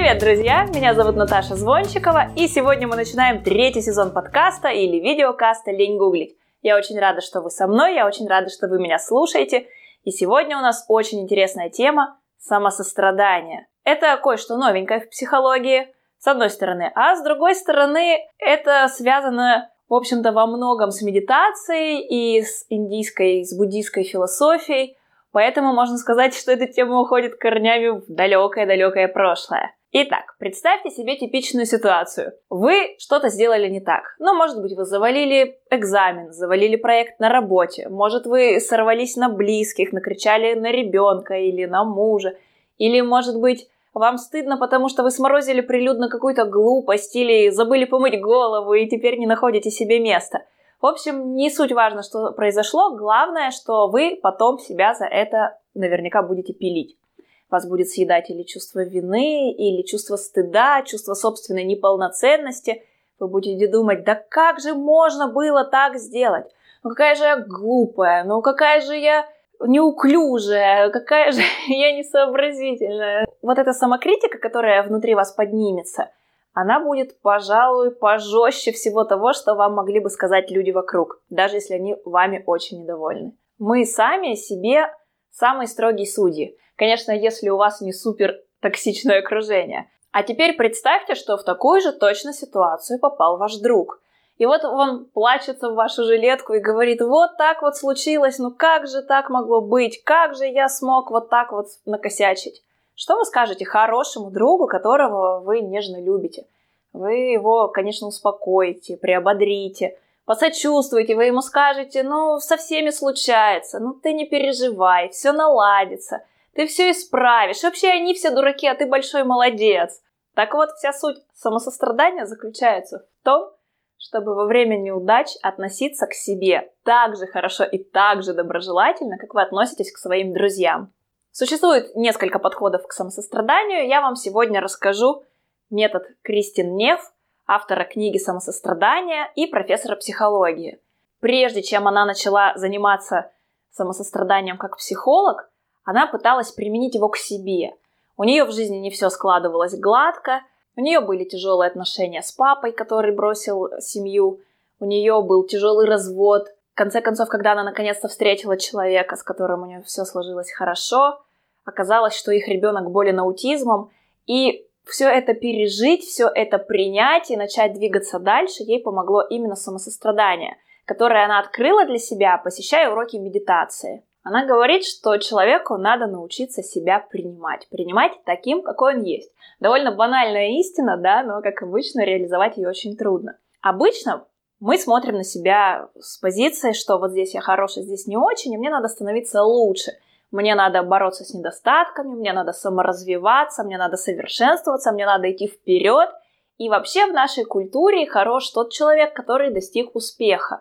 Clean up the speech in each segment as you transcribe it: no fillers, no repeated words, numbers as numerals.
Привет, друзья! Меня зовут Наташа Звончикова, и сегодня мы начинаем 3-й сезон подкаста или видеокаста «Лень гуглить». Я очень рада, что вы со мной, я очень рада, что вы меня слушаете. И сегодня у нас очень интересная тема – самосострадание. Это кое-что новенькое в психологии, с одной стороны. А с другой стороны, это связано, в общем-то, во многом с медитацией и с индийской, с буддийской философией. Поэтому можно сказать, что эта тема уходит корнями в далекое-далекое прошлое. Итак, представьте себе типичную ситуацию. Вы что-то сделали не так. Может быть, вы завалили экзамен, завалили проект на работе. Может, вы сорвались на близких, накричали на ребенка или на мужа. Или, может быть, вам стыдно, потому что вы сморозили прилюдно какую-то глупость или забыли помыть голову и теперь не находите себе места. В общем, не суть важно, что произошло. Главное, что вы потом себя за это наверняка будете пилить. Вас будет съедать или чувство вины, или чувство стыда, чувство собственной неполноценности. Вы будете думать, да как же можно было так сделать? Какая же я глупая, какая же я неуклюжая, какая же я несообразительная. Вот эта самокритика, которая внутри вас поднимется, она будет, пожалуй, пожестче всего того, что вам могли бы сказать люди вокруг, даже если они вами очень недовольны. Мы сами себе самые строгие судьи. Конечно, если у вас не супер токсичное окружение. А теперь представьте, что в такую же точно ситуацию попал ваш друг. И вот он плачется в вашу жилетку и говорит, вот так вот случилось, как же так могло быть, как же я смог вот так вот накосячить. Что вы скажете хорошему другу, которого вы нежно любите? Вы его, конечно, успокоите, приободрите, посочувствуете, вы ему скажете, со всеми случается, ты не переживай, все наладится, ты все исправишь, вообще они все дураки, а ты большой молодец. Так вот, вся суть самосострадания заключается в том, чтобы во время неудач относиться к себе так же хорошо и так же доброжелательно, как вы относитесь к своим друзьям. Существует несколько подходов к самосостраданию. Я вам сегодня расскажу метод Кристин Нефф, автора книги «Самосострадание» и профессора психологии. Прежде чем она начала заниматься самосостраданием как психолог, она пыталась применить его к себе. У нее в жизни не все складывалось гладко, у нее были тяжелые отношения с папой, который бросил семью, у нее был тяжелый развод. В конце концов, когда она наконец-то встретила человека, с которым у нее все сложилось хорошо, оказалось, что их ребенок болен аутизмом, и все это пережить, все это принять и начать двигаться дальше ей помогло именно самосострадание, которое она открыла для себя, посещая уроки медитации. Она говорит, что человеку надо научиться себя принимать таким, какой он есть. Довольно банальная истина, да, но, как обычно, реализовать ее очень трудно. Обычно мы смотрим на себя с позиции, что вот здесь я хороший, здесь не очень, и мне надо становиться лучше. Мне надо бороться с недостатками, мне надо саморазвиваться, мне надо совершенствоваться, мне надо идти вперед. И вообще в нашей культуре хорош тот человек, который достиг успеха.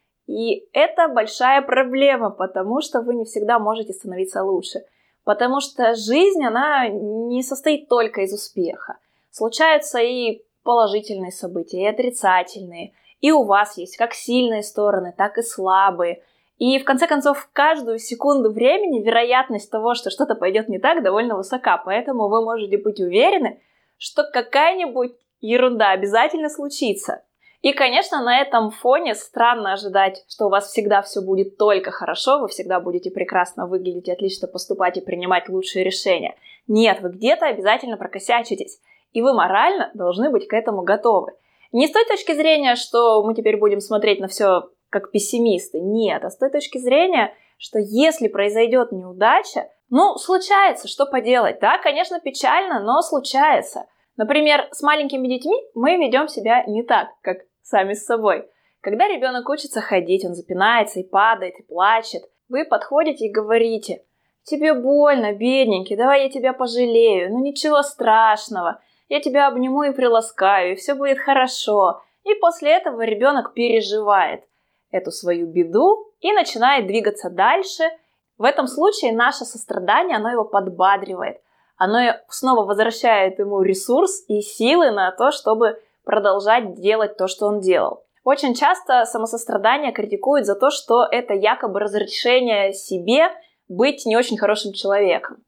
И это большая проблема, потому что вы не всегда можете становиться лучше. Потому что жизнь, она не состоит только из успеха. Случаются и положительные события, и отрицательные. И у вас есть как сильные стороны, так и слабые. И, в конце концов, каждую секунду времени вероятность того, что что-то пойдет не так, довольно высока. Поэтому вы можете быть уверены, что какая-нибудь ерунда обязательно случится. И, конечно, на этом фоне странно ожидать, что у вас всегда все будет только хорошо, вы всегда будете прекрасно выглядеть, отлично поступать и принимать лучшие решения. Нет, вы где-то обязательно прокосячитесь, и вы морально должны быть к этому готовы. Не с той точки зрения, что мы теперь будем смотреть на все как пессимисты, нет, а с той точки зрения, что если произойдет неудача, случается, что поделать. Да, конечно, печально, но случается. Например, с маленькими детьми мы ведем себя не так, как сами с собой. Когда ребенок учится ходить, он запинается и падает, и плачет. Вы подходите и говорите, тебе больно, бедненький, давай я тебя пожалею, ничего страшного, я тебя обниму и приласкаю, и все будет хорошо. И после этого ребенок переживает эту свою беду и начинает двигаться дальше. В этом случае наше сострадание, оно его подбадривает. Оно снова возвращает ему ресурс и силы на то, чтобы продолжать делать то, что он делал. Очень часто самосострадание критикуют за то, что это якобы разрешение себе быть не очень хорошим человеком.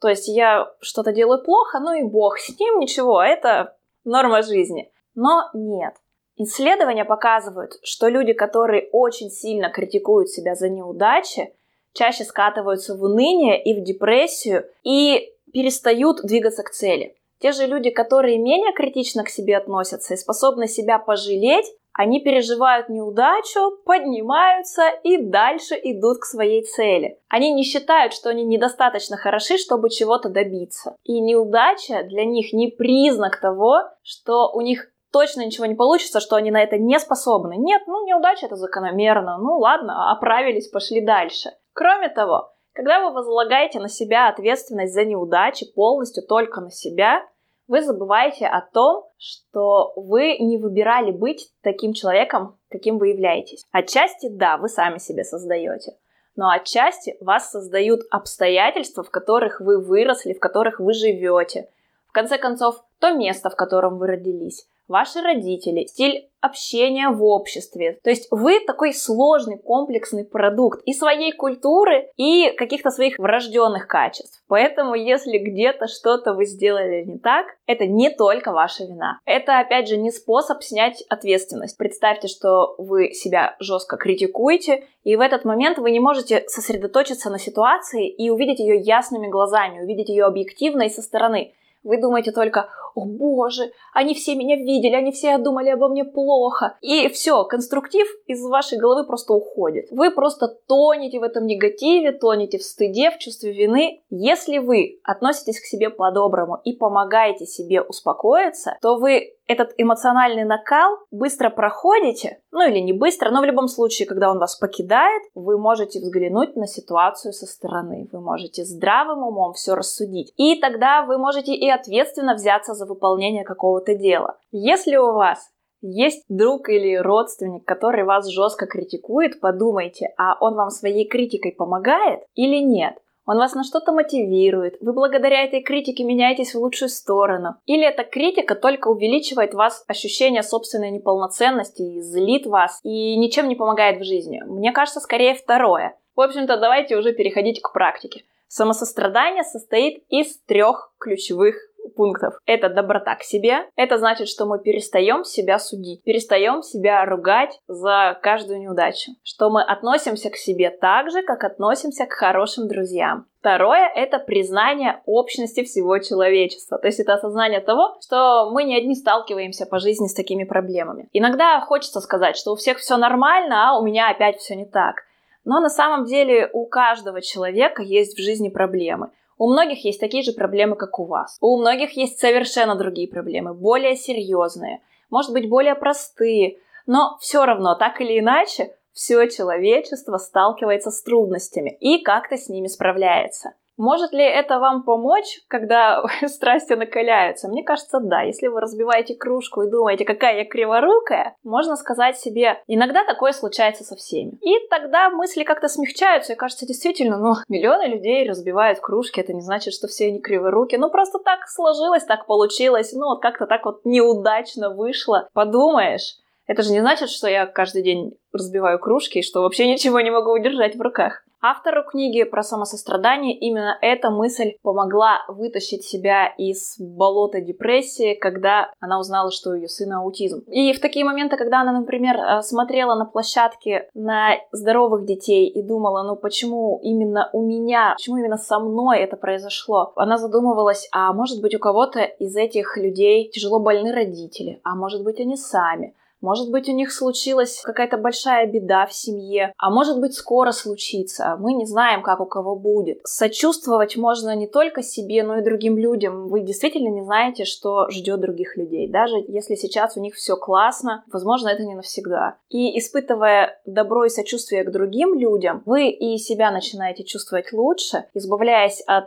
То есть я что-то делаю плохо, ну и бог с ним, ничего, это норма жизни. Но нет. Исследования показывают, что люди, которые очень сильно критикуют себя за неудачи, чаще скатываются в уныние и в депрессию и перестают двигаться к цели. Те же люди, которые менее критично к себе относятся и способны себя пожалеть, они переживают неудачу, поднимаются и дальше идут к своей цели. Они не считают, что они недостаточно хороши, чтобы чего-то добиться. И неудача для них не признак того, что у них точно ничего не получится, что они на это не способны. Нет, неудача — это закономерно. Ладно, оправились, пошли дальше. Кроме того, когда вы возлагаете на себя ответственность за неудачи полностью только на себя, вы забываете о том, что вы не выбирали быть таким человеком, каким вы являетесь. Отчасти, да, вы сами себя создаете, но отчасти вас создают обстоятельства, в которых вы выросли, в которых вы живете. В конце концов, то место, в котором вы родились, ваши родители, стиль общения в обществе. То есть вы такой сложный, комплексный продукт и своей культуры, и каких-то своих врожденных качеств. Поэтому, если где-то что-то вы сделали не так, это не только ваша вина. Это, опять же, не способ снять ответственность. Представьте, что вы себя жестко критикуете, и в этот момент вы не можете сосредоточиться на ситуации и увидеть ее ясными глазами, увидеть ее объективно и со стороны. Вы думаете только: «О боже, они все меня видели, они все думали обо мне плохо». И все, конструктив из вашей головы просто уходит. Вы просто тонете в этом негативе, тонете в стыде, в чувстве вины. Если вы относитесь к себе по-доброму и помогаете себе успокоиться, то вы этот эмоциональный накал быстро проходите, или не быстро, но в любом случае, когда он вас покидает, вы можете взглянуть на ситуацию со стороны, вы можете здравым умом все рассудить, и тогда вы можете и ответственно взяться за выполнение какого-то дела. Если у вас есть друг или родственник, который вас жестко критикует, подумайте, а он вам своей критикой помогает или нет? Он вас на что-то мотивирует, вы благодаря этой критике меняетесь в лучшую сторону. Или эта критика только увеличивает в вас ощущение собственной неполноценности и злит вас, и ничем не помогает в жизни. Мне кажется, скорее второе. В общем-то, давайте уже переходить к практике. Самосострадание состоит из 3 ключевых пунктов. Это доброта к себе. Это значит, что мы перестаем себя судить, перестаем себя ругать за каждую неудачу. Что мы относимся к себе так же, как относимся к хорошим друзьям. Второе – это признание общности всего человечества. То есть это осознание того, что мы не одни сталкиваемся по жизни с такими проблемами. Иногда хочется сказать, что у всех все нормально, а у меня опять все не так. Но на самом деле у каждого человека есть в жизни проблемы. У многих есть такие же проблемы, как у вас. У многих есть совершенно другие проблемы, более серьезные, может быть, более простые. Но все равно, так или иначе, все человечество сталкивается с трудностями и как-то с ними справляется. Может ли это вам помочь, когда страсти накаляются? Мне кажется, да. Если вы разбиваете кружку и думаете, какая я криворукая, можно сказать себе: иногда такое случается со всеми. И тогда мысли как-то смягчаются, и кажется, действительно, миллионы людей разбивают кружки, это не значит, что все они криворуки. Просто так сложилось, так получилось, как-то так неудачно вышло. Подумаешь, это же не значит, что я каждый день разбиваю кружки и что вообще ничего не могу удержать в руках. Автору книги про самосострадание именно эта мысль помогла вытащить себя из болота депрессии, когда она узнала, что у ее сына аутизм. И в такие моменты, когда она, например, смотрела на площадке на здоровых детей и думала, почему именно у меня, почему именно со мной это произошло, она задумывалась, а может быть у кого-то из этих людей тяжело больны родители, а может быть они сами. Может быть, у них случилась какая-то большая беда в семье, а может быть, скоро случится. Мы не знаем, как у кого будет. Сочувствовать можно не только себе, но и другим людям. Вы действительно не знаете, что ждет других людей. Даже если сейчас у них все классно, возможно, это не навсегда. И испытывая добро и сочувствие к другим людям, вы и себя начинаете чувствовать лучше, избавляясь от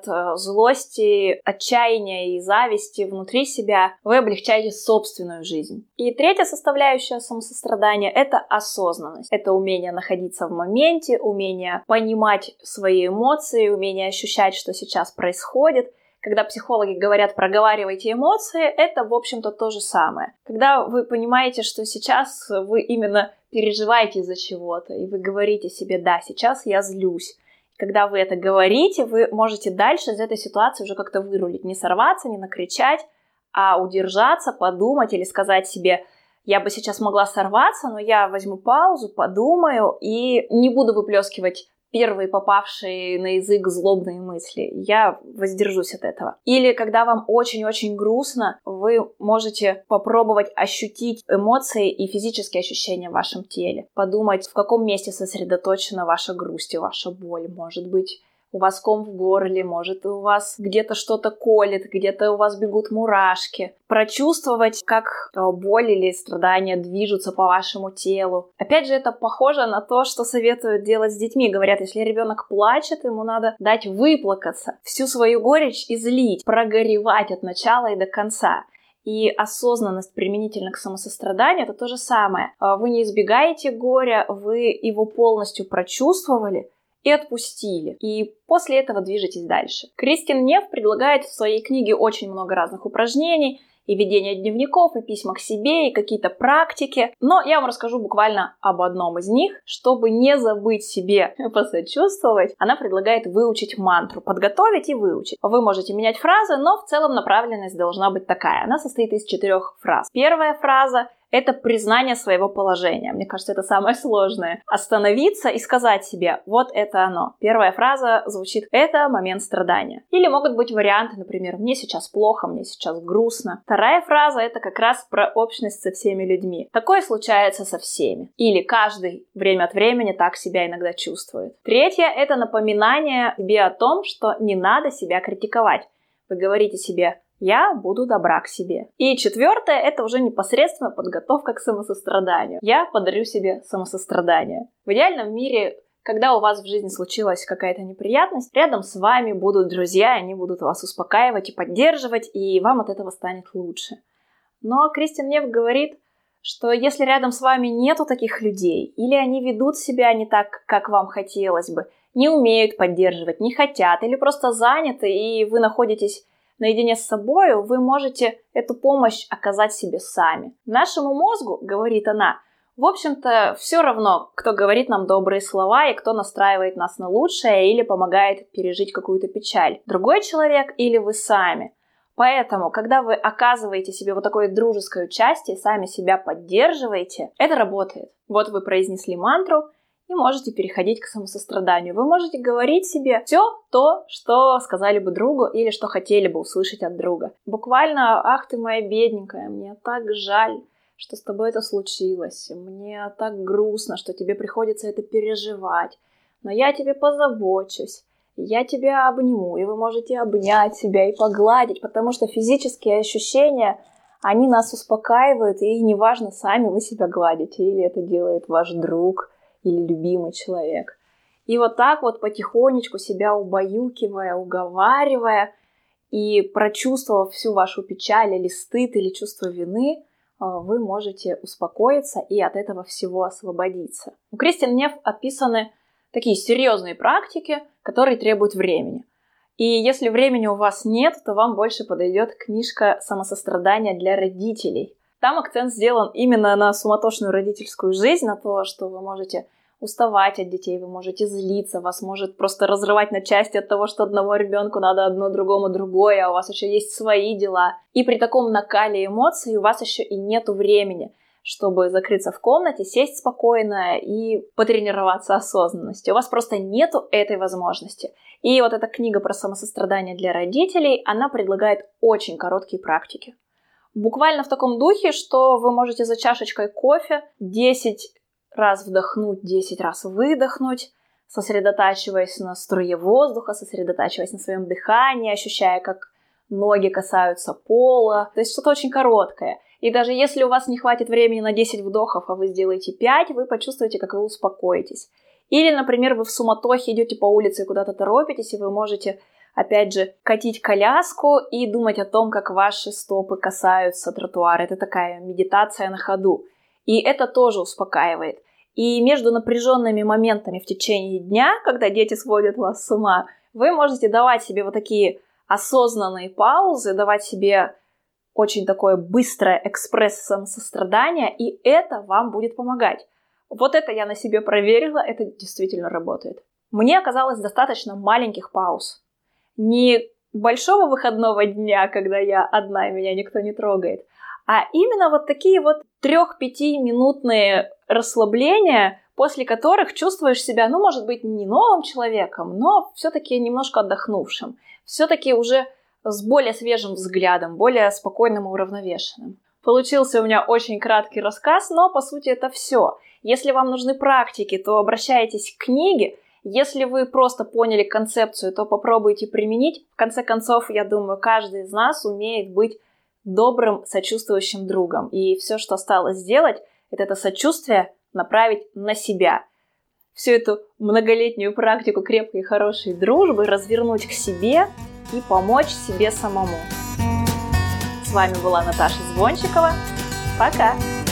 злости, отчаяния и зависти внутри себя, вы облегчаете собственную жизнь. И третья составляющая самосострадания — это осознанность. Это умение находиться в моменте, умение понимать свои эмоции, умение ощущать, что сейчас происходит. Когда психологи говорят «проговаривайте эмоции», это, в общем-то, то же самое. Когда вы понимаете, что сейчас вы именно переживаете из-за чего-то, и вы говорите себе «да, сейчас я злюсь». Когда вы это говорите, вы можете дальше из этой ситуации уже как-то вырулить. Не сорваться, не накричать, а удержаться, подумать или сказать себе: я бы сейчас могла сорваться, но я возьму паузу, подумаю и не буду выплескивать первые попавшие на язык злобные мысли. Я воздержусь от этого. Или когда вам очень-очень грустно, вы можете попробовать ощутить эмоции и физические ощущения в вашем теле. Подумать, в каком месте сосредоточена ваша грусть и ваша боль. Может быть, у вас ком в горле, может, у вас где-то что-то колет, где-то у вас бегут мурашки. Прочувствовать, как боль или страдания движутся по вашему телу. Опять же, это похоже на то, что советуют делать с детьми. Говорят, если ребенок плачет, ему надо дать выплакаться, всю свою горечь излить, прогоревать от начала и до конца. И осознанность применительно к самосостраданию — это то же самое. Вы не избегаете горя, вы его полностью прочувствовали и отпустили. И после этого движетесь дальше. Кристин Неф предлагает в своей книге очень много разных упражнений, и ведение дневников, и письма к себе, и какие-то практики. Но я вам расскажу буквально об одном из них. Чтобы не забыть себе посочувствовать, она предлагает выучить мантру, подготовить и выучить. Вы можете менять фразы, но в целом направленность должна быть такая. Она состоит из 4 фраз. Первая фраза — это признание своего положения. Мне кажется, это самое сложное. Остановиться и сказать себе: вот это оно. Первая фраза звучит: это момент страдания. Или могут быть варианты, например: мне сейчас плохо, мне сейчас грустно. Вторая фраза — это как раз про общность со всеми людьми. Такое случается со всеми. Или каждый время от времени так себя иногда чувствует. Третье — это напоминание себе о том, что не надо себя критиковать. Вы говорите себе: я буду добра к себе. И 4 — это уже непосредственно подготовка к самосостраданию. Я подарю себе самосострадание. В идеальном мире, когда у вас в жизни случилась какая-то неприятность, рядом с вами будут друзья, они будут вас успокаивать и поддерживать, и вам от этого станет лучше. Но Кристин Неф говорит, что если рядом с вами нету таких людей, или они ведут себя не так, как вам хотелось бы, не умеют поддерживать, не хотят, или просто заняты, и вы находитесь наедине с собой, вы можете эту помощь оказать себе сами. Нашему мозгу, говорит она, в общем-то, все равно, кто говорит нам добрые слова и кто настраивает нас на лучшее или помогает пережить какую-то печаль. Другой человек или вы сами. Поэтому, когда вы оказываете себе вот такое дружеское участие, сами себя поддерживаете, это работает. Вот вы произнесли мантру и можете переходить к самосостраданию. Вы можете говорить себе все то, что сказали бы другу или что хотели бы услышать от друга. Буквально: ах ты моя бедненькая, мне так жаль, что с тобой это случилось. Мне так грустно, что тебе приходится это переживать. Но я тебе позабочусь. Я тебя обниму, и вы можете обнять себя и погладить, потому что физические ощущения, они нас успокаивают, и неважно, сами вы себя гладите, или это делает ваш друг, или любимый человек. И вот так вот потихонечку себя убаюкивая, уговаривая и прочувствовав всю вашу печаль или стыд, или чувство вины, вы можете успокоиться и от этого всего освободиться. У Кристин Неф описаны такие серьезные практики, которые требуют времени. И если времени у вас нет, то вам больше подойдет книжка «Самосострадание для родителей». Там акцент сделан именно на суматошную родительскую жизнь, на то, что вы можете уставать от детей, вы можете злиться, вас может просто разрывать на части от того, что одному ребенку надо одно, другому другое, а у вас еще есть свои дела. И при таком накале эмоций у вас еще и нету времени, чтобы закрыться в комнате, сесть спокойно и потренироваться осознанности. У вас просто нету этой возможности. И вот эта книга про самосострадание для родителей, она предлагает очень короткие практики. Буквально в таком духе, что вы можете за чашечкой кофе 10 раз вдохнуть, 10 раз выдохнуть, сосредотачиваясь на струе воздуха, сосредотачиваясь на своем дыхании, ощущая, как ноги касаются пола. То есть что-то очень короткое. И даже если у вас не хватит времени на 10 вдохов, а вы сделаете 5, вы почувствуете, как вы успокоитесь. Или, например, вы в суматохе идете по улице и куда-то торопитесь, и вы можете, опять же, катить коляску и думать о том, как ваши стопы касаются тротуара. Это такая медитация на ходу. И это тоже успокаивает. И между напряженными моментами в течение дня, когда дети сводят вас с ума, вы можете давать себе вот осознанные паузы, давать себе очень такое быстрое экспресс-самосострадание, и это вам будет помогать. Вот это я на себе проверила, это действительно работает. мне оказалось достаточно маленьких пауз. Не большого выходного дня, когда я одна и меня никто не трогает, а именно вот такие вот 3-5-минутные расслабления, после которых чувствуешь себя, может быть, не новым человеком, но все-таки немножко отдохнувшим, все-таки уже с более свежим взглядом, более спокойным и уравновешенным. Получился у меня очень краткий рассказ, но по сути это все. Если вам нужны практики, то обращайтесь к книге. Если вы просто поняли концепцию, то попробуйте применить. В конце концов, я думаю, каждый из нас умеет быть добрым, сочувствующим другом. И все, что осталось сделать, это сочувствие направить на себя. Всю эту многолетнюю практику крепкой и хорошей дружбы развернуть к себе и помочь себе самому. С вами была Наташа Звончикова. Пока!